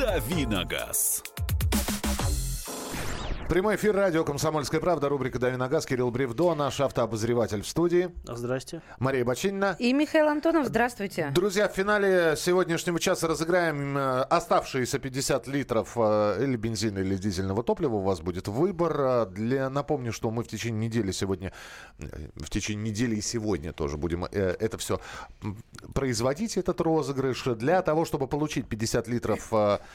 «Давиногаз». Прямой эфир радио «Комсомольская правда», рубрика «Дави на газ». Кирилл Бревдо, наш автообозреватель в студии. Здрасте. Мария Бочинина. И Михаил Антонов, здравствуйте. Друзья, в финале сегодняшнего часа разыграем оставшиеся 50 литров или бензина, или дизельного топлива. У вас будет выбор. Напомню, что мы в течение недели и сегодня тоже будем это все производить, этот розыгрыш. Для того, чтобы получить 50 литров...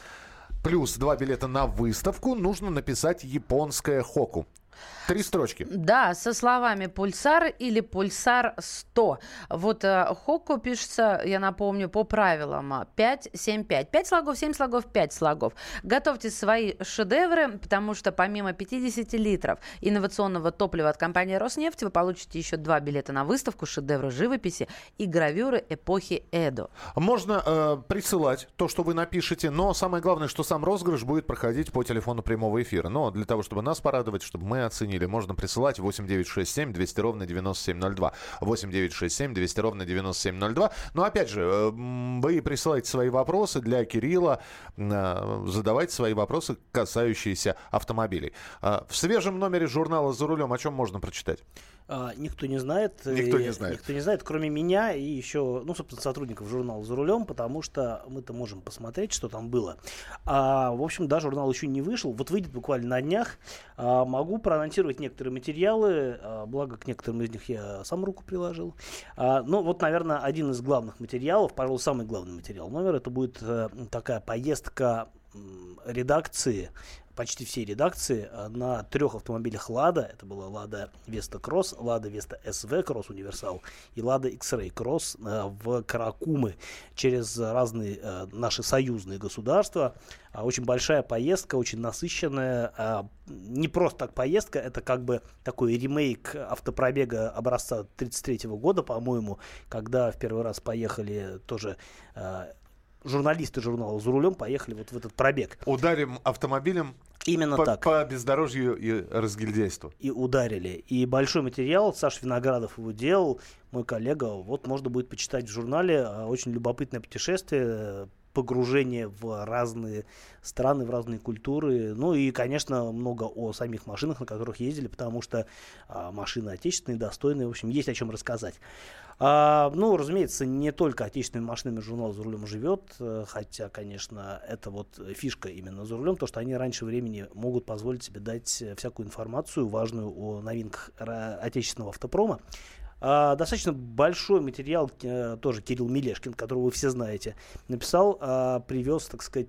плюс 2 билета на выставку, нужно написать «Японская Хоку». 3 строчки. Да, со словами «Пульсар» или «Пульсар 100». Вот Хоку пишется, я напомню, по правилам 5-7-5. 5 слогов, 7 слогов, 5 слогов. Готовьте свои шедевры, потому что помимо 50 литров инновационного топлива от компании «Роснефть» вы получите еще 2 билета на выставку шедевры живописи и гравюры эпохи Эдо. Можно присылать то, что вы напишете, но самое главное, что сам розыгрыш будет проходить по телефону прямого эфира. Но для того, чтобы нас порадовать, чтобы мы оценили, можно присылать 8967 200 ровно 9702. 8967 200 ровно 9702. Но опять же, вы присылаете свои вопросы для Кирилла, задавайте свои вопросы, касающиеся автомобилей. В свежем номере журнала «За рулем» о чем можно прочитать? Никто не знает. Никто не знает, кроме меня и еще, собственно, сотрудников журнала «За рулем», потому что мы-то можем посмотреть, что там было. В общем, да, журнал еще не вышел. Вот выйдет буквально на днях. Могу проанонсировать некоторые материалы, благо к некоторым из них я сам руку приложил. Вот, наверное, один из главных материалов, пожалуй, самый главный материал номер, это будет такая поездка редакции, почти всей редакции на 3 автомобилях «Лада». Это была «Лада Веста Кросс», «Лада Веста СВ Кросс Универсал и «Лада X-Ray Кросс» в Каракумы через разные наши союзные государства. Очень большая поездка, очень насыщенная. Не просто так поездка, это как бы такой ремейк автопробега образца 1933 года, по-моему, когда в первый раз поехали тоже... журналисты журнала «За рулем» поехали вот в этот пробег. Ударим автомобилем именно так. По бездорожью и разгильдяйству. И ударили. И большой материал, Саша Виноградов его делал, мой коллега. Вот можно будет почитать в журнале. Очень любопытное путешествие, погружение в разные страны, в разные культуры. Ну и, конечно, много о самих машинах, на которых ездили, потому что машины отечественные, достойные. В общем, есть о чем рассказать. Разумеется, не только отечественными машинами журнал «За рулем» живет, хотя, конечно, это вот фишка именно «За рулем», то, что они раньше времени могут позволить себе дать всякую информацию важную о новинках отечественного автопрома. Достаточно большой материал тоже Кирилл Мелешкин, которого вы все знаете, написал, привез, так сказать,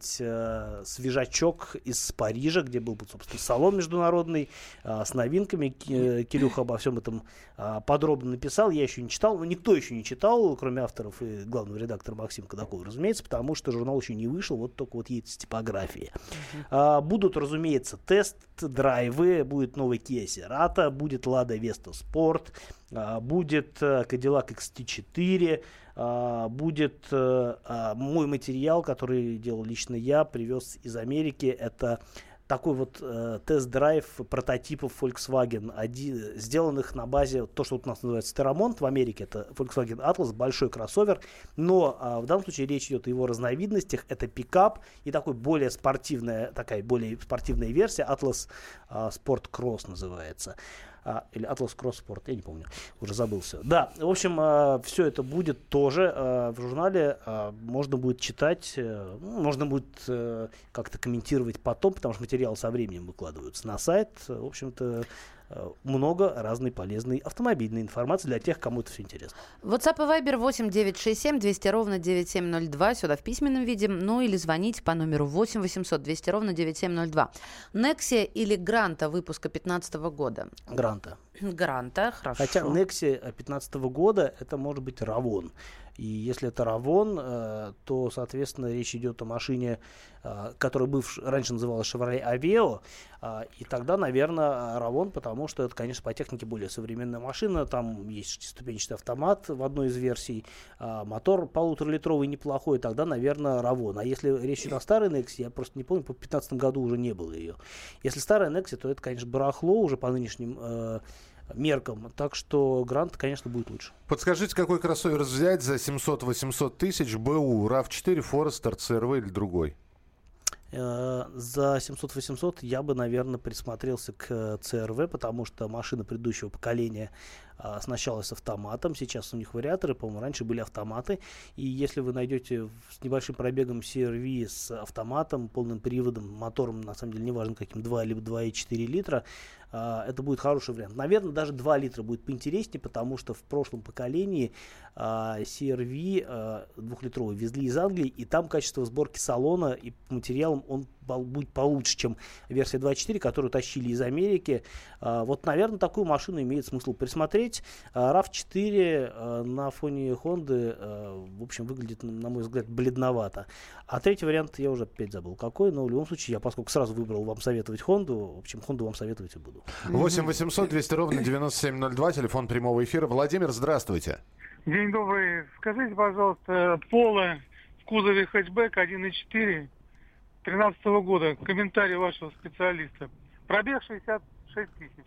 свежачок из Парижа, где был, собственно, салон международный с новинками. Кирюха обо всем этом подробно написал. Я еще не читал, но никто еще не читал, кроме авторов и главного редактора Максима Кадакова, разумеется, потому что журнал еще не вышел, вот только вот едет с типографией. Будут, разумеется, тест-драйвы, будет новый Kia Cerato, будет Lada Vesta Sport, будет Cadillac XT4, будет мой материал, который делал лично я, привез из Америки. Это такой вот тест-драйв прототипов Volkswagen, сделанных на базе, то, что у нас называется Terramont, в Америке это Volkswagen Atlas, большой кроссовер, но в данном случае речь идет о его разновидностях, это пикап и более спортивная версия, Atlas Sport Cross называется. Или Atlas Cross Sport, я не помню, уже забыл все. Да, в общем, все это будет тоже в журнале, можно будет читать, можно будет как-то комментировать потом, потому что материалы со временем выкладываются на сайт. В общем-то, много разной полезной автомобильной информации для тех, кому это все интересно. WhatsApp и Viber 8 967 200 ровно 9702. Сюда в письменном виде. Ну или звоните по номеру 8 800 200 ровно 9702. Nexia или Гранта выпуска 2015 года? Гранта, хорошо. Хотя Nexia 2015 года это может быть Равон. И если это Равон, то, соответственно, речь идет о машине, которая раньше называлась Chevrolet Aveo. И тогда, наверное, Равон, потому что это, конечно, по технике более современная машина. Там есть шестиступенчатый автомат в одной из версий. Мотор 1,5-литровый неплохой. Тогда, наверное, Равон. А если речь идет о старой Nexia, я просто не помню, по 2015 году уже не было ее. Если старая Nexia, то это, конечно, барахло уже по нынешним меркам. Так что Грант, конечно, будет лучше. Подскажите, какой кроссовер взять за 700-800 тысяч? БУ, RAV4, Forester, CR-V или другой? За 700-800 я бы, наверное, присмотрелся к CR-V, потому что машина предыдущего поколения сначала с автоматом, сейчас у них вариаторы, по-моему, раньше были автоматы, и если вы найдете с небольшим пробегом CR-V с автоматом, полным приводом, мотором, на самом деле, неважно каким, 2 либо 2,4 литра, это будет хороший вариант. Наверное, даже 2 литра будет поинтереснее, потому что в прошлом поколении CR-V 2-литровый везли из Англии, и там качество сборки салона и по материалам он будет получше, чем версия 2.4, которую тащили из Америки. Вот, наверное, такую машину имеет смысл присмотреть. RAV4 на фоне Honda, в общем, выглядит, на мой взгляд, бледновато. А третий вариант я уже опять забыл какой, но в любом случае, я, поскольку сразу выбрал вам советовать Honda, в общем, Honda вам советовать и буду. 8 800 200 ровно 9702, телефон прямого эфира. Владимир, здравствуйте. День добрый. Скажите, пожалуйста, Polo в кузове хэтчбэк 1.4 2013 года. Комментарий вашего специалиста. Пробег 66 тысяч.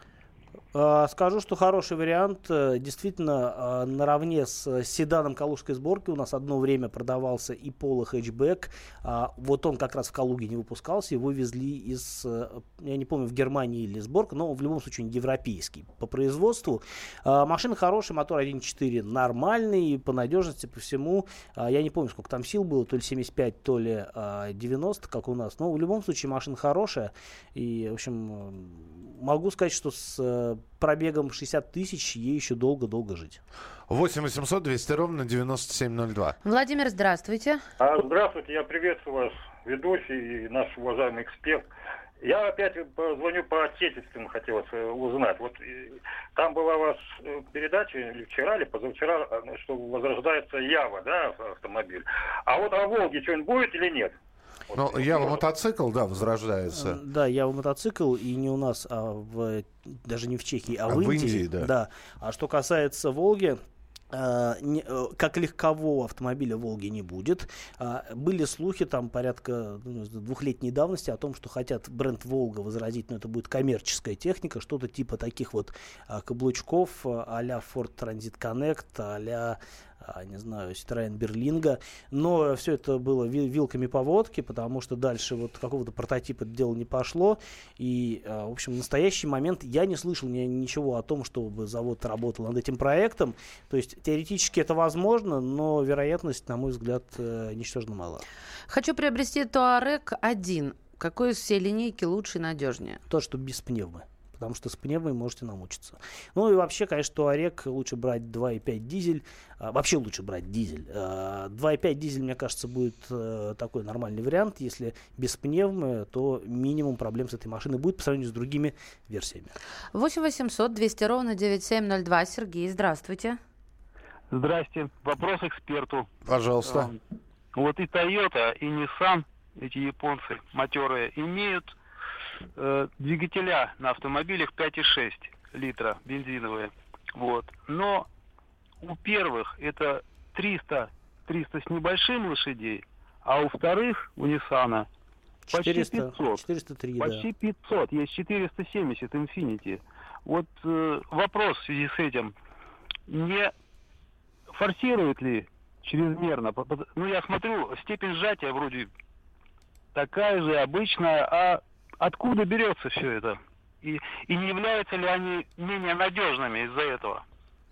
Скажу, что хороший вариант. Действительно, наравне с седаном калужской сборки у нас одно время продавался и Polo хэтчбэк. Вот он как раз в Калуге не выпускался. Его везли из, я не помню, в Германии или сборка, но в любом случае европейский по производству. Машина хорошая, мотор 1.4 нормальный, по надежности, по всему. Я не помню, сколько там сил было, то ли 75, то ли 90, как у нас. Но в любом случае машина хорошая. И, в общем, могу сказать, что с пробегом 60 тысяч ей еще долго-долго жить. 8 800 200 ровно 9702. Владимир, здравствуйте. Здравствуйте, я приветствую вас, ведущий и наш уважаемый эксперт. Я опять звоню по отечественным, хотелось узнать. Вот там была у вас передача или вчера, или позавчера, что возрождается Ява, да, автомобиль. А вот о Волге что-нибудь будет или нет? Ну, Ява мотоцикл, да, возрождается. Да, Ява мотоцикл, и не у нас, даже не в Чехии, а в Индии. Да. А что касается Волги, как легкового автомобиля Волги не будет. Были слухи там порядка двухлетней давности о том, что хотят бренд Волга возродить, но это будет коммерческая техника, что-то типа таких вот каблучков а-ля Ford Transit Connect, а-ля, не знаю, Citroёn Berlingo, но все это было вилками по водке, потому что дальше вот какого-то прототипа дело не пошло, и, в общем, в настоящий момент я не слышал ничего о том, чтобы завод работал над этим проектом, то есть теоретически это возможно, но вероятность, на мой взгляд, ничтожно мала. Хочу приобрести Touareg 1. Какой из всей линейки лучше и надежнее? То, что без пневмы. Потому что с пневмой можете намучиться. Ну и вообще, конечно, Touareg лучше брать 2.5 дизель. Вообще лучше брать дизель. 2.5 дизель, мне кажется, будет такой нормальный вариант. Если без пневмы, то минимум проблем с этой машиной будет по сравнению с другими версиями. 8 800 200 ровно 9702. Сергей, здравствуйте. Здрасте. Вопрос эксперту. Пожалуйста. Вот и Toyota, и Nissan, эти японцы матерые, имеют двигателя на автомобилях 5,6 литра бензиновые. Вот. Но у первых это 300 с небольшим лошадей, а у вторых, у Ниссана, почти 500. 403, почти 500. Есть 470 Infiniti. Вот вопрос в связи с этим. Не форсирует ли чрезмерно? Ну, я смотрю, степень сжатия вроде такая же обычная, а откуда берется все это? И не являются ли они менее надежными из-за этого?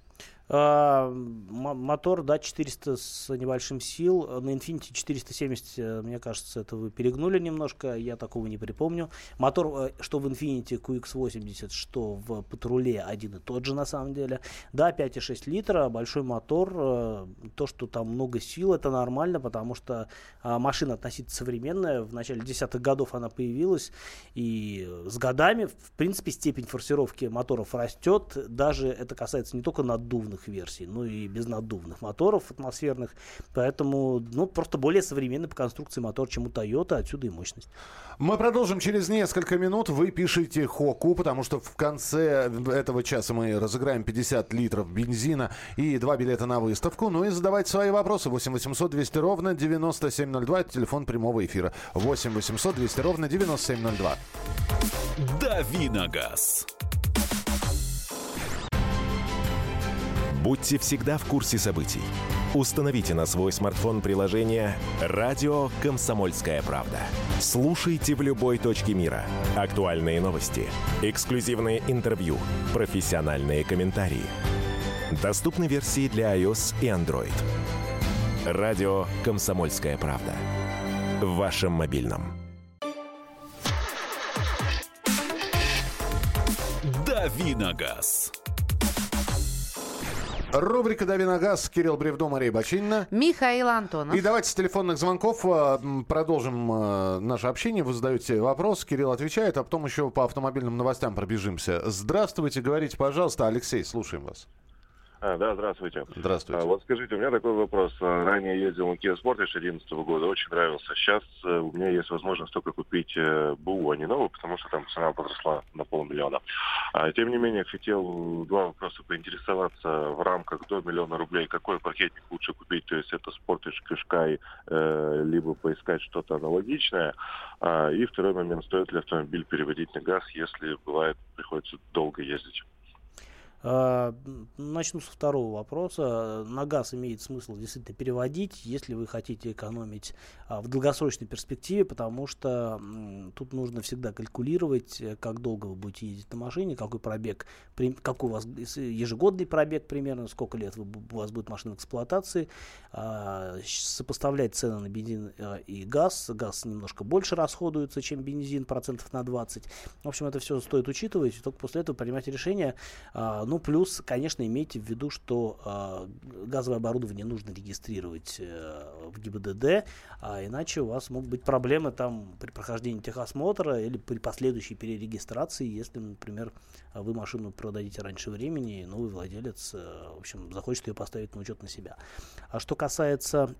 Мотор, да, 400 с небольшим сил. На Infiniti 470, мне кажется, это вы перегнули немножко. Я такого не припомню. Мотор, что в Infiniti QX80, что в Патруле один и тот же на самом деле. Да, 5,6 литра, большой мотор. То, что там много сил, это нормально, потому что машина относительно современная. В начале 10-х годов она появилась. И с годами, в принципе, степень форсировки моторов растет. Даже это касается не только наддувных версий, но и безнаддувных моторов атмосферных. Поэтому, просто более современный по конструкции мотор, чем у Toyota. Отсюда и мощность. Мы продолжим через несколько минут. Вы пишите Хоку, потому что в конце этого часа мы разыграем 50 литров бензина и 2 билета на выставку. Ну и задавайте свои вопросы. 8 800 200 ровно 9702. Это телефон прямого эфира. 8 800 200 ровно 9702. Дави на газ. Будьте всегда в курсе событий. Установите на свой смартфон приложение «Радио Комсомольская правда». Слушайте в любой точке мира. Актуальные новости, эксклюзивные интервью, профессиональные комментарии. Доступны версии для iOS и Android. «Радио Комсомольская правда». В вашем мобильном. Давиногаз. Рубрика «Дави на газ». Кирилл Бревдо, Мария Бачинина. Михаил Антонов. И давайте с телефонных звонков продолжим наше общение. Вы задаете вопрос, Кирилл отвечает, а потом еще по автомобильным новостям пробежимся. Здравствуйте, говорите, пожалуйста. Алексей, слушаем вас. Да, здравствуйте. Здравствуйте. Вот скажите, у меня такой вопрос. Ранее ездил на Kia Sportage 2011 года, очень нравился. Сейчас у меня есть возможность только купить БУ, а не новый, потому что там цена подросла на 500 000. Тем не менее, хотел два вопроса поинтересоваться в рамках до 1 000 000 рублей. Какой пакетник лучше купить? То есть это Sportage, Qashqai, либо поискать что-то аналогичное. И второй момент, стоит ли автомобиль переводить на газ, если бывает, приходится долго ездить? Начну со второго вопроса. На газ имеет смысл действительно переводить, если вы хотите экономить в долгосрочной перспективе, потому что тут нужно всегда калькулировать, как долго вы будете ездить на машине, какой пробег, какой у вас ежегодный пробег примерно, сколько лет у вас будет машина в эксплуатации, сопоставлять цены на бензин и газ. Газ немножко больше расходуется, чем бензин, процентов на 20. В общем, это все стоит учитывать, и только после этого принимать решение. Ну, плюс, конечно, имейте в виду, что газовое оборудование нужно регистрировать в ГИБДД, иначе у вас могут быть проблемы там при прохождении техосмотра или при последующей перерегистрации, если, например, вы машину продадите раньше времени, и новый владелец, в общем, захочет ее поставить на учет на себя. А что касается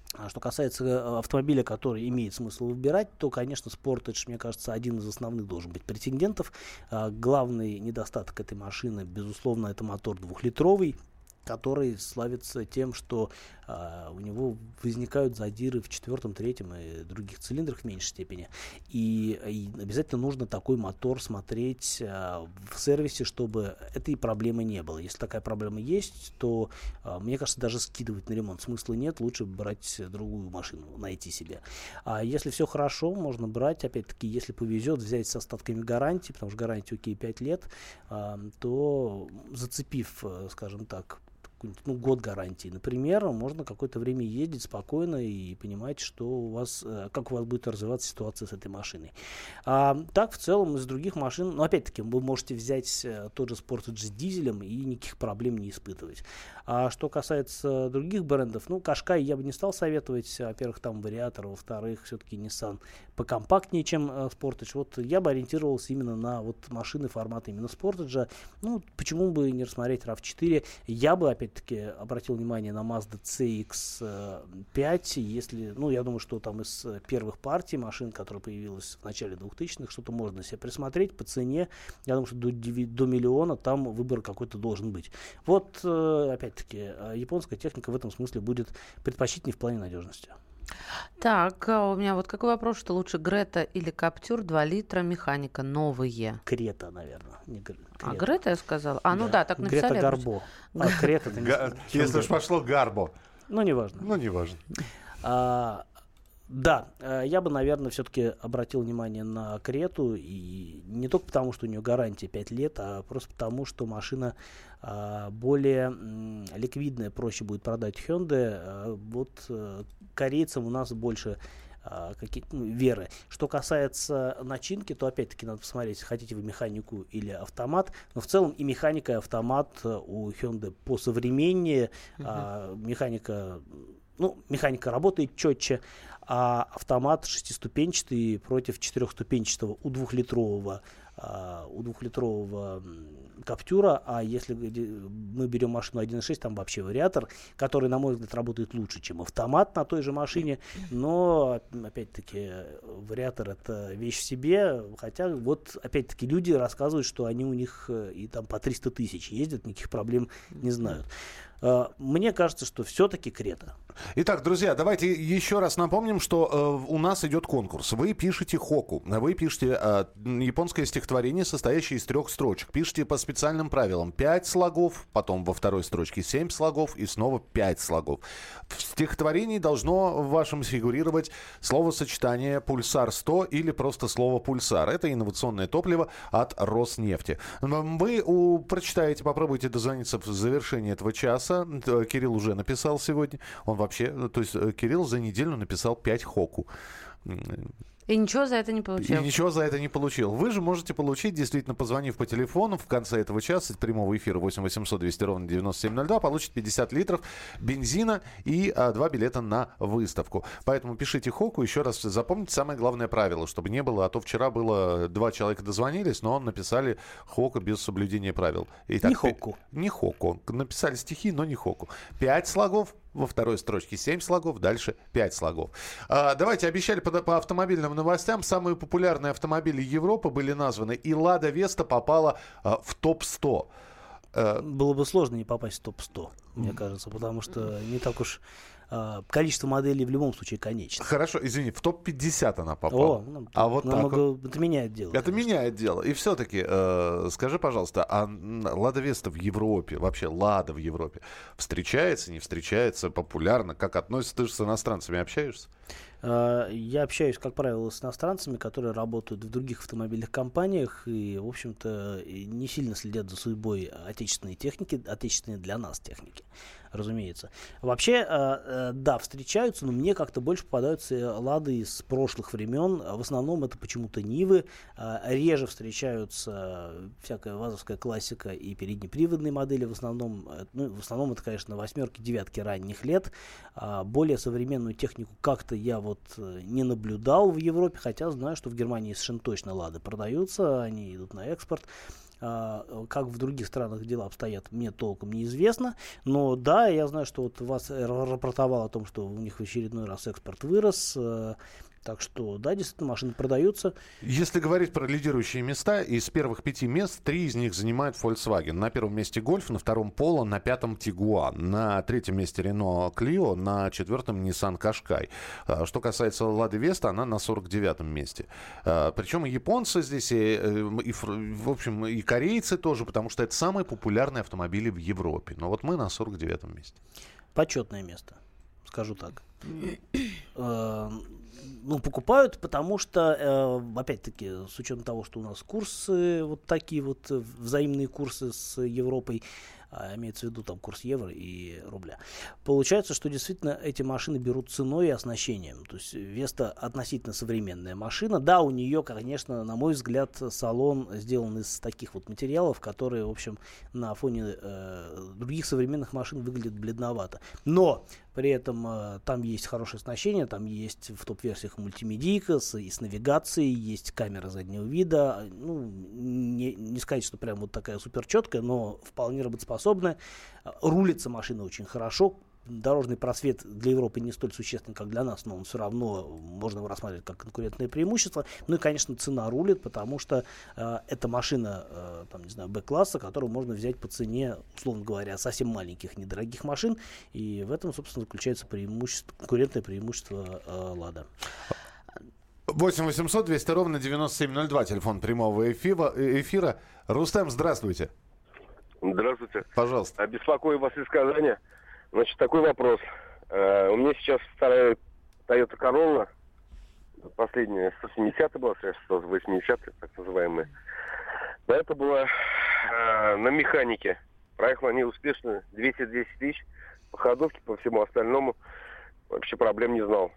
автомобиля, который имеет смысл выбирать, то, конечно, Sportage, мне кажется, один из основных должен быть претендентов. Главный недостаток этой машины, безусловно, это мотор 2-литровый, который славится тем, что у него возникают задиры в 4-м, 3-м и других цилиндрах в меньшей степени. И обязательно нужно такой мотор смотреть в сервисе, чтобы этой проблемы не было. Если такая проблема есть, то, мне кажется, даже скидывать на ремонт смысла нет. Лучше брать другую машину, найти себе. А если все хорошо, можно брать, опять-таки, если повезет, взять с остатками гарантии, потому что гарантия окей 5 лет, то зацепив, скажем так, год гарантии, например, можно какое-то время ездить спокойно и понимать, что у вас, как у вас будет развиваться ситуация с этой машиной. Так, в целом, из других машин, опять-таки, вы можете взять тот же Sportage с дизелем и никаких проблем не испытывать. А что касается других брендов, Qashqai я бы не стал советовать. Во-первых, там вариатор, во-вторых, все-таки Nissan покомпактнее, чем Sportage. Вот я бы ориентировался именно на машины формата именно Sportage. Почему бы не рассмотреть RAV4? Я бы, опять-таки, обратил внимание на Mazda CX-5. Если, я думаю, что там из первых партий машин, которая появилась в начале 2000-х, что-то можно себе присмотреть по цене. Я думаю, что до 1 миллиона там выбор какой-то должен быть. Опять-таки, японская техника в этом смысле будет предпочтительней в плане надежности. Так, у меня какой вопрос, что лучше Грета или Каптюр, 2 литра, механика, новые? Крета, наверное. Грета я сказала? Так написали. Грета Гарбо. Крета. Если уж пошло, Гарбо. Неважно. Да, я бы, наверное, все-таки обратил внимание на Крету, и не только потому, что у нее гарантия 5 лет, а просто потому, что машина более ликвидная, проще будет продать Hyundai. Корейцам у нас больше веры. Что касается начинки, то опять-таки надо посмотреть, хотите вы механику или автомат. Но в целом и механика, и автомат у Hyundai посовременнее. Механика работает четче, а автомат 6-ступенчатый против 4-ступенчатого у 2-литрового Каптюра, а если мы берем машину 1.6, там вообще вариатор, который, на мой взгляд, работает лучше, чем автомат на той же машине, но, опять-таки, вариатор — это вещь в себе, хотя, опять-таки, люди рассказывают, что они у них и там по 300 тысяч ездят, никаких проблем не знают. Мне кажется, что все-таки Крета. Итак, друзья, давайте еще раз напомним, что у нас идет конкурс. Вы пишете хоку, вы пишете японское стихотворение, состоящее из 3 строчек. Пишите по специальным правилам 5 слогов, потом во второй строчке 7 слогов и снова 5 слогов. В стихотворении должно в вашем фигурировать словосочетание «пульсар-100» или просто слово «пульсар». Это инновационное топливо от Роснефти. Вы прочитаете, попробуйте дозвониться в завершении этого часа. Кирилл уже написал сегодня. Он вообще, то есть Кирилл за неделю написал 5 хоку. И ничего за это не получил. И ничего за это не получил. Вы же можете получить, действительно, позвонив по телефону в конце этого часа, прямого эфира 8 800 200 ровно 9702, получите 50 литров бензина и 2 билета на выставку. Поэтому пишите хоку. Еще раз запомните самое главное правило, чтобы не было, а то вчера было 2 человека дозвонились, но написали хоку без соблюдения правил. Итак, не хоку. Не хоку. Написали стихи, но не хоку. 5 слогов. Во второй строчке 7 слогов, дальше 5 слогов. Давайте, обещали по автомобильным новостям. Самые популярные автомобили Европы были названы, и «Лада Веста» попала в топ-100. Было бы сложно не попасть в топ-100, мне кажется, потому что не так уж... количество моделей в любом случае конечно. Хорошо, извини, в топ-50 она попала. А вот намного, это меняет дело. Это конечно. Меняет дело. И все-таки, скажи, пожалуйста, а «Лада Веста» в Европе, вообще «Лада» в Европе, встречается, не встречается, популярна? Как относится? Ты же с иностранцами общаешься? Я общаюсь, как правило, с иностранцами, которые работают в других автомобильных компаниях и, в общем-то, не сильно следят за судьбой отечественной техники, отечественной для нас техники, разумеется. Вообще, да, встречаются, но мне как-то больше попадаются «Лады» из прошлых времен. В основном это почему-то «Нивы». Реже встречаются всякая вазовская классика и переднеприводные модели. В основном это, конечно, 8-ки, 9-ки ранних лет. Более современную технику как-то я не наблюдал в Европе, хотя знаю, что в Германии совершенно точно «Лады» продаются, они идут на экспорт. Как в других странах дела обстоят, мне толком неизвестно. Но да, я знаю, что ВАЗ рапортовал о том, что у них в очередной раз экспорт вырос. Так что, да, действительно, машины продаются. Если говорить про лидирующие места, из первых 5 мест 3 из них занимает Volkswagen. На первом месте Golf, на втором Polo, на 5-м Tiguan. На 3-м месте Renault Clio, на 4-м Nissan Qashqai. Что касается Lada Vesta, она на 49-м месте. Причем и японцы здесь, в общем, и корейцы тоже, потому что это самые популярные автомобили в Европе. Но вот мы на 49-м месте. Почетное место, скажу так. Покупают, потому что, опять-таки, с учетом того, что у нас курсы, вот такие вот взаимные курсы с Европой, имеется в виду там курс евро и рубля, получается, что действительно эти машины берут ценой и оснащением. То есть Веста относительно современная машина. Да, у нее, конечно, на мой взгляд, салон сделан из таких вот материалов, которые, в общем, на фоне других современных машин выглядят бледновато. Но при этом там есть хорошее оснащение, там есть в топ-версиях мультимедийка и с навигацией, есть камера заднего вида. Не сказать, что прям вот такая супер четкая, но вполне работоспособная. Рулится машина очень хорошо. Дорожный просвет для Европы не столь существенный, как для нас, но он все равно можно его рассматривать как конкурентное преимущество. Ну и, конечно, цена рулит, потому что это машина, Б-класса, которую можно взять по цене, условно говоря, совсем маленьких, недорогих машин. И в этом, собственно, заключается конкурентное преимущество «Лада». 8 800 200 ровно 9702, телефон прямого эфира. Рустем, здравствуйте. Здравствуйте. Пожалуйста. Беспокою вас из Казани. Значит, такой вопрос. У меня сейчас вторая Toyota Corolla, последняя 170-я была, 180-я, так называемая. Да, это была на механике. Проехала они успешно 210 тысяч. По ходовке, по всему остальному вообще проблем не знал.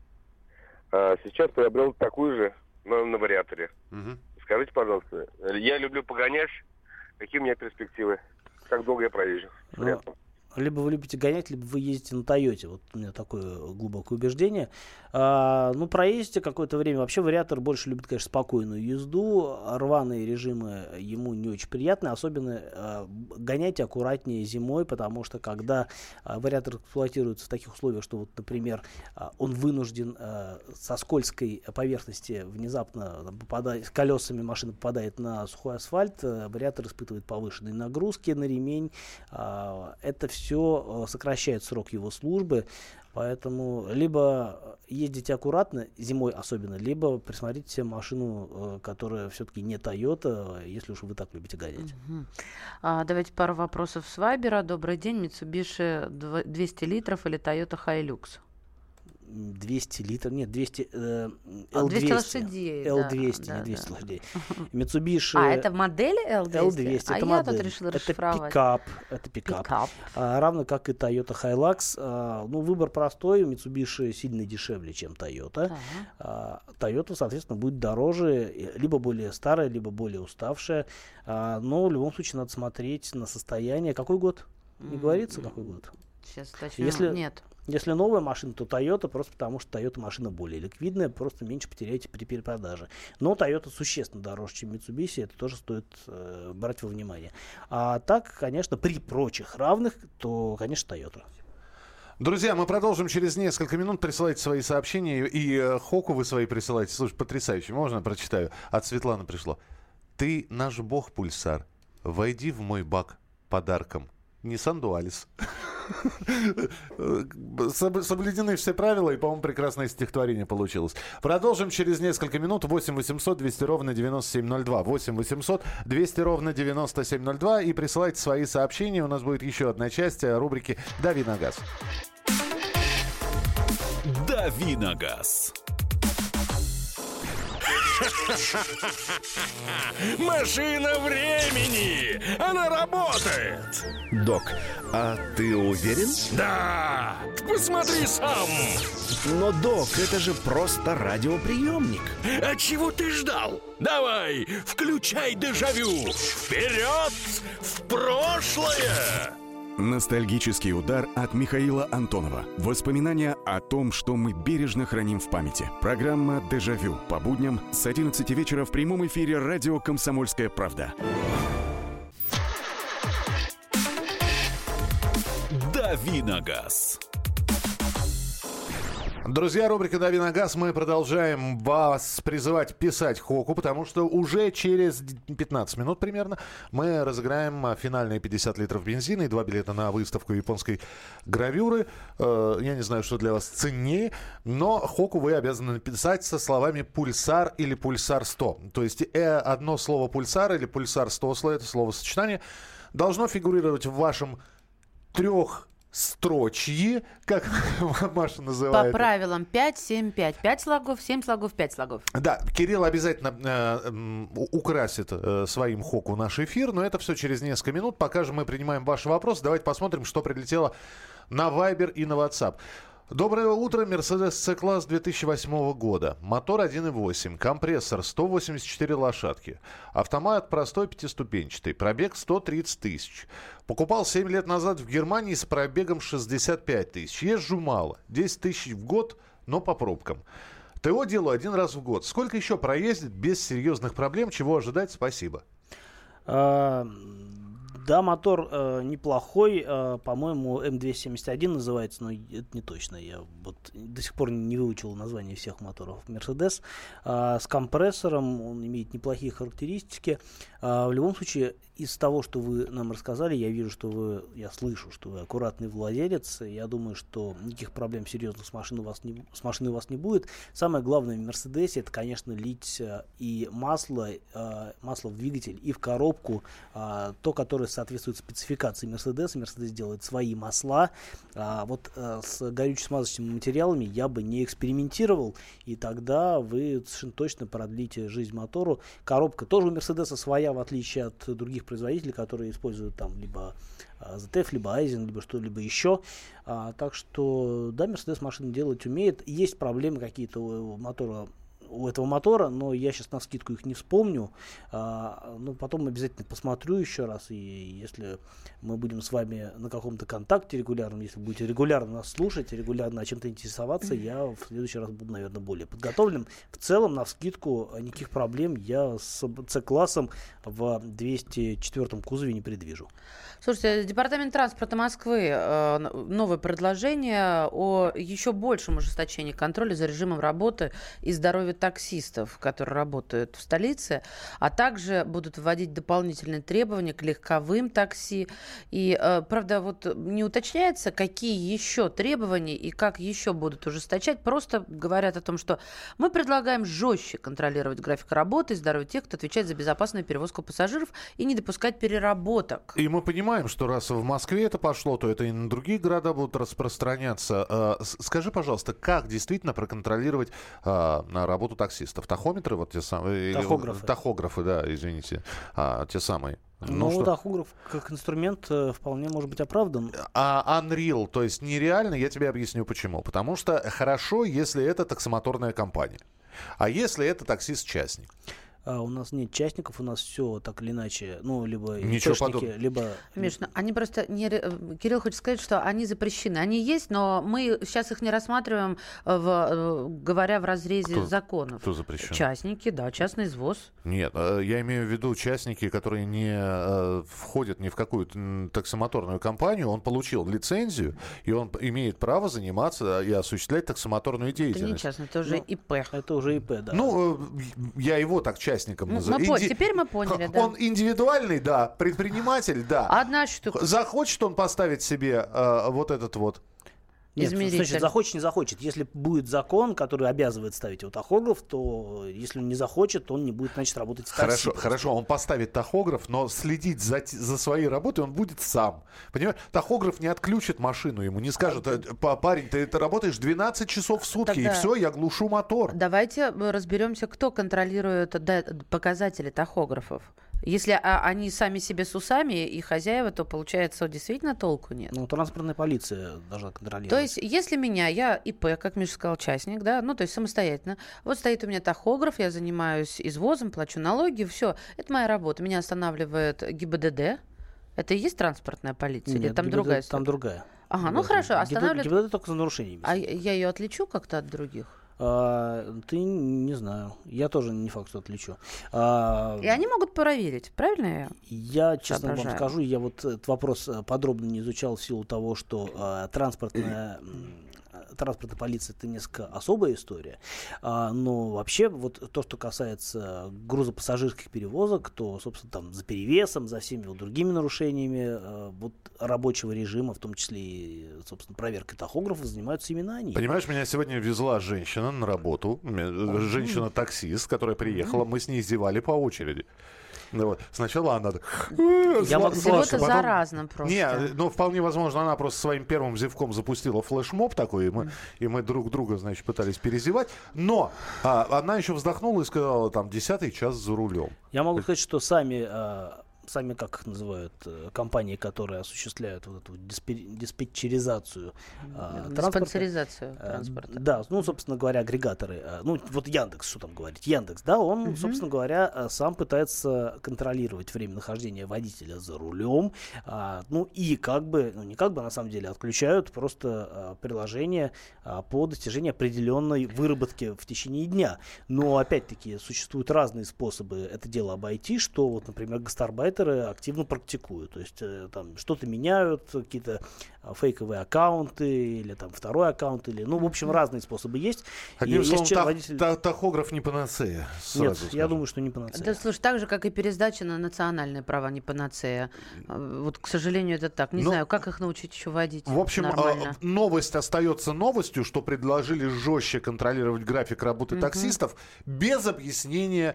Сейчас приобрел такую же, но на вариаторе. Угу. Скажите, пожалуйста, я люблю погонять. Какие у меня перспективы? Как долго я проезжу? Либо вы любите гонять, либо вы ездите на Тойоте. Вот у меня такое глубокое убеждение. Проездите какое-то время. Вообще вариатор больше любит, конечно, спокойную езду. Рваные режимы ему не очень приятны. Особенно гоняйте аккуратнее зимой, потому что когда вариатор эксплуатируется в таких условиях, что, вот, например, он вынужден со скользкой поверхности внезапно с колесами машина попадает на сухой асфальт, вариатор испытывает повышенные нагрузки на ремень. Это все все сокращает срок его службы. Поэтому либо ездите аккуратно, зимой особенно, либо присмотрите себе машину, которая все-таки не Toyota, если уж вы так любите гонять. Давайте пару вопросов с Вайбера. Добрый день. Mitsubishi 200 литров или Toyota Hilux? 200 литров, нет, 200, 200 лошадей. L200, да, не 200 да. лошадей. Mitsubishi... это модель L200? L200, это я модель. тут решила расшифровать. Это пикап. Равно как и Toyota Hilux. Выбор простой, у Mitsubishi сильно дешевле, чем Toyota. Toyota, соответственно, будет дороже, либо более старая, либо более уставшая. Но в любом случае надо смотреть на состояние. Какой год? Не говорится, какой год? Сейчас точно нет. Если новая машина, то Toyota, просто потому что Toyota машина более ликвидная, просто меньше потеряете при перепродаже. Но Toyota существенно дороже, чем Mitsubishi, это тоже стоит брать во внимание. А так, конечно, при прочих равных, то, конечно, Toyota. Друзья, мы продолжим через несколько минут. Присылайте свои сообщения. И Хоку вы свои присылайте. Слушай, потрясающе. Можно прочитаю? От Светланы пришло. Ты наш бог, Пульсар. Войди в мой бак подарком. Nissan Dualis. Соблюдены все правила, и, по-моему, прекрасное стихотворение получилось. Продолжим через несколько минут. 8 800 200 ровно 9702. 8 800 200 ровно 9702. И присылайте свои сообщения. У нас будет еще одна часть рубрики «Дави на газ». «Дави на газ». Машина времени! Она работает! Док, а ты уверен? Да! Посмотри сам! Но, док, это же просто радиоприемник. А чего ты ждал? Давай, включай дежавю! Вперед! В прошлое! Ностальгический удар от Михаила Антонова. Воспоминания о том, что мы бережно храним в памяти. Программа «Дежавю» по будням с 11 вечера в прямом эфире радио «Комсомольская правда». «Дави на газ». Друзья, рубрика «Дави на газ». Мы продолжаем вас призывать писать Хоку, потому что уже через 15 минут примерно мы разыграем финальные 50 литров бензина и 2 билета на выставку японской гравюры. Я не знаю, что для вас ценнее, но Хоку вы обязаны написать со словами «Пульсар» или «Пульсар 100». То есть одно слово «Пульсар» или «Пульсар 100», это словосочетание, должно фигурировать в вашем трехстрочье, как Маша называет. По правилам 5-7-5. 5 слогов, 7 слогов, 5 слогов. Да, Кирилл обязательно украсит своим Хоку наш эфир, но это все через несколько минут. Пока же мы принимаем ваши вопросы. Давайте посмотрим, что прилетело на Viber и на WhatsApp. Доброе утро, Mercedes C-класс 2008 года. Мотор 1.8, компрессор 184 лошадки. Автомат простой пятиступенчатый. Пробег 130 тысяч. Покупал 7 лет назад в Германии с пробегом 65 тысяч. Езжу мало. 10 тысяч в год, но по пробкам. ТО делаю один раз в год. Сколько еще проездит без серьезных проблем? Чего ожидать? Спасибо. Да, мотор неплохой, по-моему, М271 называется, но это не точно. Я вот до сих пор не выучил название всех моторов Mercedes. С компрессором он имеет неплохие характеристики. В любом случае, из того, что вы нам рассказали, я вижу, что я слышу, что вы аккуратный владелец. Я думаю, что никаких проблем серьезных с машиной у вас не будет. Самое главное в Мерседесе, это, конечно, лить и масло в двигатель, и в коробку, то, которое соответствует спецификации Мерседеса. Мерседес делает свои масла. Вот с горюче-смазочными материалами я бы не экспериментировал, и тогда вы совершенно точно продлите жизнь мотору. Коробка тоже у Мерседеса своя, в отличие от других производителей, которые используют там либо ZF, либо Айзен, либо что-либо еще. Так что, да, Мерседес машины делать умеет. Есть проблемы какие-то у этого мотора, но я сейчас навскидку их не вспомню. Но потом обязательно посмотрю еще раз. И если мы будем с вами на каком-то контакте регулярном, если будете регулярно нас слушать, регулярно о чем-то интересоваться, я в следующий раз буду, наверное, более подготовлен. В целом, навскидку, никаких проблем я с C-классом в 204 кузове не предвижу. Слушайте, Департамент транспорта Москвы новое предложение о еще большем ужесточении контроля за режимом работы и здоровья таксистов, которые работают в столице, а также будут вводить дополнительные требования к легковым такси. И, правда, вот не уточняется, какие еще требования и как еще будут ужесточать. Просто говорят о том, что мы предлагаем жестче контролировать график работы и здоровье тех, кто отвечает за безопасную перевозку пассажиров, и не допускать переработок. И мы понимаем, что раз в Москве это пошло, то это и на другие города будут распространяться. Скажи, пожалуйста, как действительно проконтролировать работу таксистов? Тахометры, вот те самые... Тахографы, да, извините, те самые. Ну, тахограф как инструмент вполне может быть оправдан. А Unreal, то есть нереально, я тебе объясню почему. Потому что хорошо, если это таксомоторная компания. А если это таксист-частник? У нас нет частников, у нас все так или иначе, ну, либо ничего источники, либо... Миш, они просто... Кирилл хочет сказать, что они запрещены. Они есть, но мы сейчас их не рассматриваем, говоря в разрезе законов. Кто запрещен? Частники, да, частный извоз. Нет, я имею в виду частники, которые не входят ни в какую таксомоторную компанию. Он получил лицензию, и он имеет право заниматься и осуществлять таксомоторную деятельность. Это не частный, это уже ИП. Это уже ИП, да. Ну, я его так частником называю. Теперь мы поняли, да. Он индивидуальный, да, предприниматель, да. Одна штука. Захочет он поставить себе вот этот вот... Нет, значит, захочет, не захочет. Если будет закон, который обязывает ставить его тахограф, то если он не захочет, то он не будет, значит, работать в такси. Хорошо, он поставит тахограф, но следить за своей работой он будет сам. Понимаешь? Тахограф не отключит машину, ему не скажет: парень, ты работаешь 12 часов в сутки, тогда... и все, я глушу мотор. Давайте разберемся, кто контролирует показатели тахографов. Если они сами себе с усами и хозяева, то, получается, действительно толку нет. Ну, транспортная полиция должна контролировать. То есть, если я ИП, как Миша сказал, частник, да, ну, то есть самостоятельно, вот стоит у меня тахограф, я занимаюсь извозом, плачу налоги, все, это моя работа. Меня останавливает ГИБДД. Это и есть транспортная полиция? Нет, или там ГИБДД, другая? Там другая. Ага, ну хорошо, останавливает... ГИБДД только за нарушениями. А я ее отличу как-то от других? Ты не знаю. Я тоже не факт, что отличу. И они могут проверить, правильно я честно вам скажу, я вот этот вопрос подробно не изучал в силу того, что транспортная полиция — это несколько особая история. Но вообще вот то, что касается грузопассажирских перевозок, то, собственно, там за перевесом, за всеми вот другими нарушениями вот рабочего режима, в том числе и, собственно, проверкой тахографов, занимаются именно они. Понимаешь, меня сегодня везла женщина на работу, женщина-таксист, которая приехала, мы с ней зевали по очереди. Ну, вот. Сначала она... Зевота заразно просто. Не, ну, вполне возможно, она просто своим первым зевком запустила флешмоб такой, и мы друг друга, значит, пытались перезевать. Но она еще вздохнула и сказала, там, 10-й час за рулем. Я могу сказать, что сами, как их называют, компании, которые осуществляют вот эту диспетчеризацию диспансеризацию транспорта. Да, ну, собственно говоря, агрегаторы. Ну, вот Яндекс, что там говорить? Яндекс, да, он, собственно говоря, сам пытается контролировать время нахождения водителя за рулем. Ну, и на самом деле, отключают просто приложение по достижению определенной выработки в течение дня. Но, опять-таки, существуют разные способы это дело обойти, что, вот, например, гастарбайтеры активно практикуют. То есть там что-то меняют, какие-то фейковые аккаунты или там второй аккаунт, или, ну, в общем, разные способы есть. Одним словом, тахограф не панацея. Нет, я думаю, что не панацея. Да, слушай, так же, как и пересдача на национальные права не панацея. Вот, к сожалению, это так. Не знаю, как их научить еще водить в общем, нормально. Новость остается новостью, что предложили жестче контролировать график работы таксистов без объяснения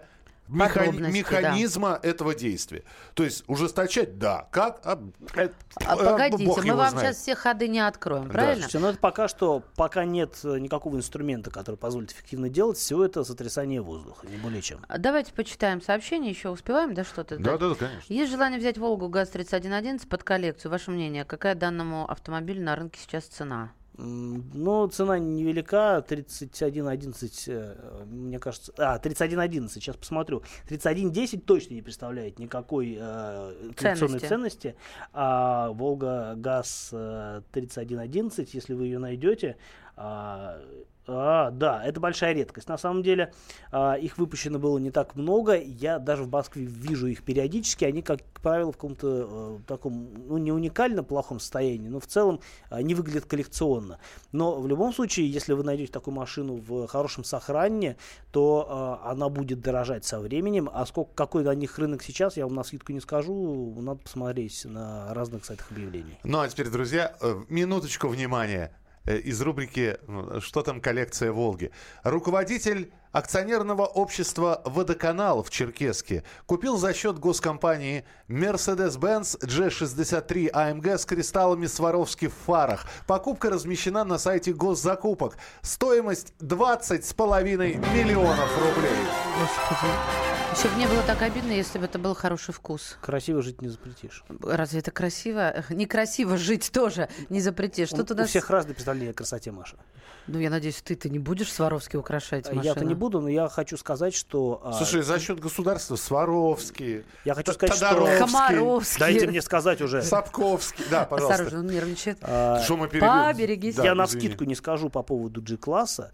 механизма этого действия. То есть ужесточать, да. Как? Погодите, мы вам сейчас все ходы не откроем, правильно? Да. Но это пока нет никакого инструмента, который позволит эффективно делать, все это сотрясание воздуха, не более чем. Давайте почитаем сообщение, еще успеваем, да, что-то? Да, конечно. Есть желание взять «Волгу ГАЗ-3111» под коллекцию. Ваше мнение, какая данному автомобилю на рынке сейчас цена? Ну, цена невелика, 3111, мне кажется... 3111, сейчас посмотрю. 3110 точно не представляет никакой инвестиционной ценности. А Волга ГАЗ 3111, если вы ее найдете, Да, это большая редкость. На самом деле их выпущено было не так много. Я даже в Москве вижу их периодически. Они, как правило, в каком-то таком, не уникально плохом состоянии, но в целом не выглядят коллекционно. Но в любом случае, если вы найдете такую машину в хорошем сохранении, то она будет дорожать со временем. А какой на них рынок сейчас, я вам навскидку не скажу. Надо посмотреть на разных сайтах объявлений. Ну а теперь, друзья, минуточку внимания. Из рубрики «Что там коллекция Волги». Руководитель акционерного общества «Водоканал» в Черкесске купил за счет госкомпании Mercedes-Benz G63 AMG с кристаллами Сваровски в фарах. Покупка размещена на сайте госзакупок. Стоимость 20,5 миллионов рублей. Господи. Еще бы не было так обидно, если бы это был хороший вкус. Красиво жить не запретишь. Разве это красиво? Некрасиво жить тоже не запретишь. У всех разные представления о красоте, Маша. Ну, я надеюсь, ты не будешь Сваровски украшать машину? Я-то не буду, но я хочу сказать, что... Слушай, за счет государства Сваровски, я хочу сказать, Тодоровский, Комаровский. Дайте мне сказать уже. Сапковский. Да, пожалуйста. Осторожно, он нервничает. Что мы Поберегись. Я навскидку не скажу по поводу G-класса,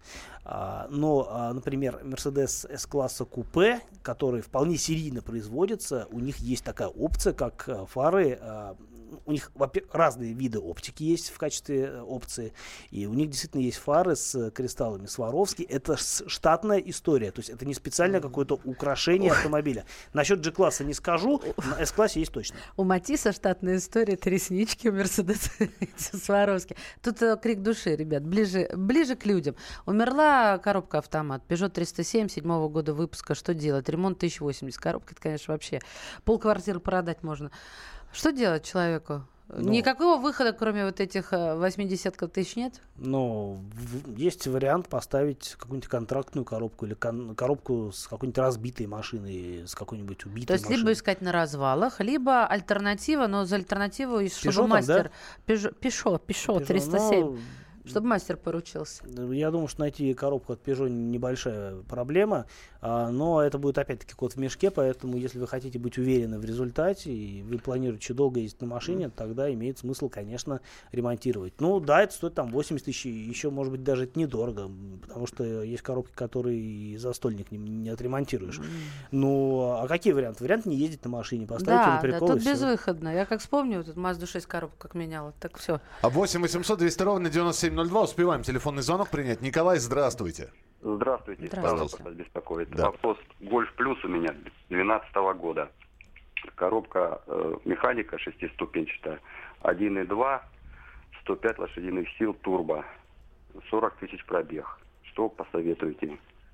но, например, Mercedes S-класса купе, который вполне серийно производится, у них есть такая опция, как фары. У них разные виды оптики есть в качестве опции, и у них действительно есть фары с кристаллами Сваровски. Это штатная история, то есть это не специальное какое-то украшение автомобиля. Насчет G-класса не скажу, на S-классе есть точно. У Матисса штатная история, это реснички у Мерседеса Сваровски. Тут крик души, ребят, ближе к людям. Умерла коробка автомат, Peugeot 307 7-го года выпуска. Что делать? Ремонт 1080. Коробка, это, конечно, вообще полквартиры продать можно. Что делать человеку? Никакого выхода, кроме вот этих 80 тысяч, нет? Ну, есть вариант поставить какую-нибудь контрактную коробку или коробку с какой-нибудь разбитой машиной, с какой-нибудь убитой машиной. То есть машиной. либо искать на развалах, либо альтернатива, но за альтернативу, чтобы Peugeot, мастер... Да? Peugeot 307. Чтобы мастер поручился. Я думаю, что найти коробку от Peugeot небольшая проблема, но это будет опять-таки кот в мешке, поэтому если вы хотите быть уверены в результате и вы планируете долго ездить на машине, тогда имеет смысл, конечно, ремонтировать. Ну да, это стоит там 80 тысяч, еще может быть даже это недорого, потому что есть коробки, которые и застольник не отремонтируешь. Ну, а какие варианты? Вариант не ездить на машине, поставить ее на прикол. Да, тут безвыходно. Я как вспомню, тут Mazda 6 коробку как меняла, так все. 8 800 200 ровно 9702. Успеваем телефонный звонок принять. Николай, здравствуйте. Здравствуйте. Здравствуйте. Павел беспокоит. Да. Вопрос. Гольф Плюс у меня 2012 года. Коробка механика шестиступенчатая. 1.2, 105 лошадиных сил, турбо. 40 тысяч пробег. Что посоветуете?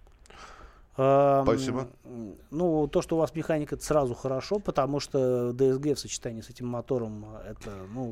Спасибо. Ну, то, что у вас механика, это сразу хорошо, потому что DSG в сочетании с этим мотором, это,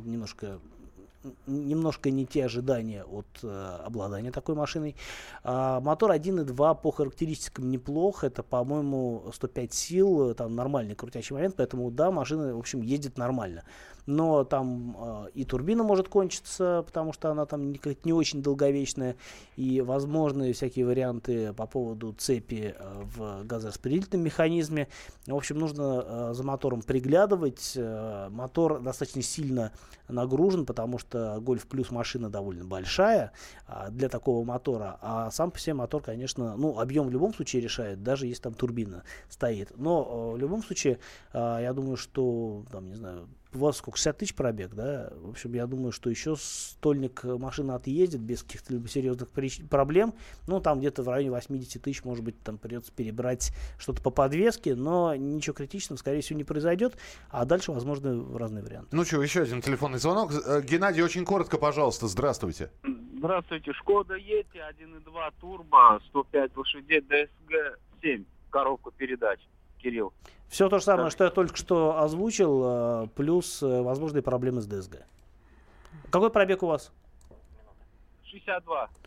немножко не те ожидания от обладания такой машиной. Мотор 1.2 по характеристикам неплох. Это, по-моему, 105 сил, там нормальный крутящий момент, поэтому, да, машина, в общем, ездит нормально. Но там и турбина может кончиться, потому что она там не очень долговечная, и возможны всякие варианты по поводу цепи в газораспределительном механизме. В общем, нужно за мотором приглядывать. Мотор достаточно сильно нагружен, потому что Гольф Плюс машина довольно большая для такого мотора, а сам по себе мотор, конечно, объем в любом случае решает, даже если там турбина стоит. Но в любом случае, я думаю, что, там, не знаю, у вас сколько, 60 тысяч пробег, да? В общем, я думаю, что еще стольник машина отъездит без каких-то серьезных проблем. Там где-то в районе 80 тысяч, может быть, там придется перебрать что-то по подвеске, но ничего критичного, скорее всего, не произойдет. А дальше, возможно, разные варианты. Ну что, еще один телефонный звонок. Геннадий, очень коротко, пожалуйста. Здравствуйте. Здравствуйте. Шкода Yeti 1.2 турбо, 105 лошадей, DSG-7, коробка передач. Кирилл. Все то же самое, что я только что озвучил, плюс возможные проблемы с DSG. Какой пробег у вас? 62.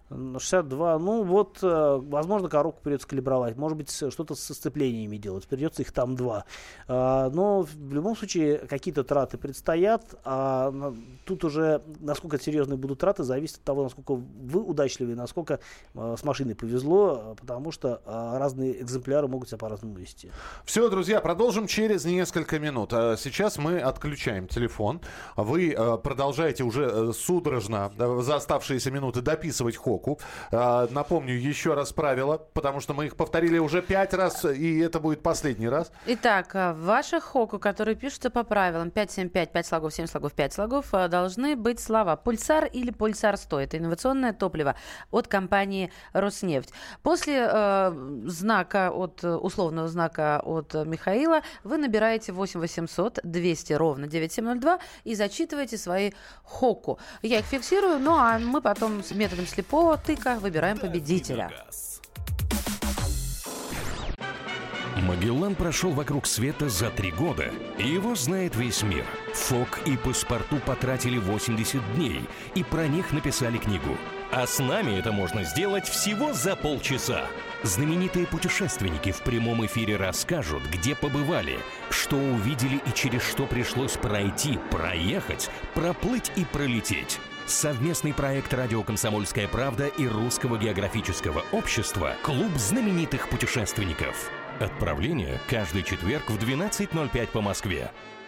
62, ну вот, возможно, коробку придется калибровать, может быть, что-то со сцеплениями делать, придется их там 2. Но в любом случае какие-то траты предстоят, тут уже насколько серьезные будут траты, зависит от того, насколько вы удачливы, насколько с машиной повезло, потому что разные экземпляры могут себя по-разному вести. Все, друзья, продолжим через несколько минут. Сейчас мы отключаем телефон. Вы продолжаете уже судорожно за оставшиеся минуты дописывать Хоку. Напомню еще раз правила, потому что мы их повторили уже 5 раз, и это будет последний раз. Итак, в ваших Хоку, которые пишутся по правилам 575, 5 слогов, 7 слогов, 5 слогов, должны быть слова «Пульсар» или «Пульсар 100». Это инновационное топливо от компании «Роснефть». После условного знака от Михаила вы набираете 8 800 200 ровно 9702 и зачитываете свои Хоку. Я их фиксирую, ну а мы потом с методом слепого тыка выбираем победителя. Магеллан прошел вокруг света за 3 года, и его знает весь мир. Фок и Паспарту потратили 80 дней, и про них написали книгу. А с нами это можно сделать всего за полчаса. Знаменитые путешественники в прямом эфире расскажут, где побывали, что увидели и через что пришлось пройти, проехать, проплыть и пролететь. Совместный проект «Радио Комсомольская правда» и Русского географического общества «Клуб знаменитых путешественников». Отправление каждый четверг в 12:05 по Москве.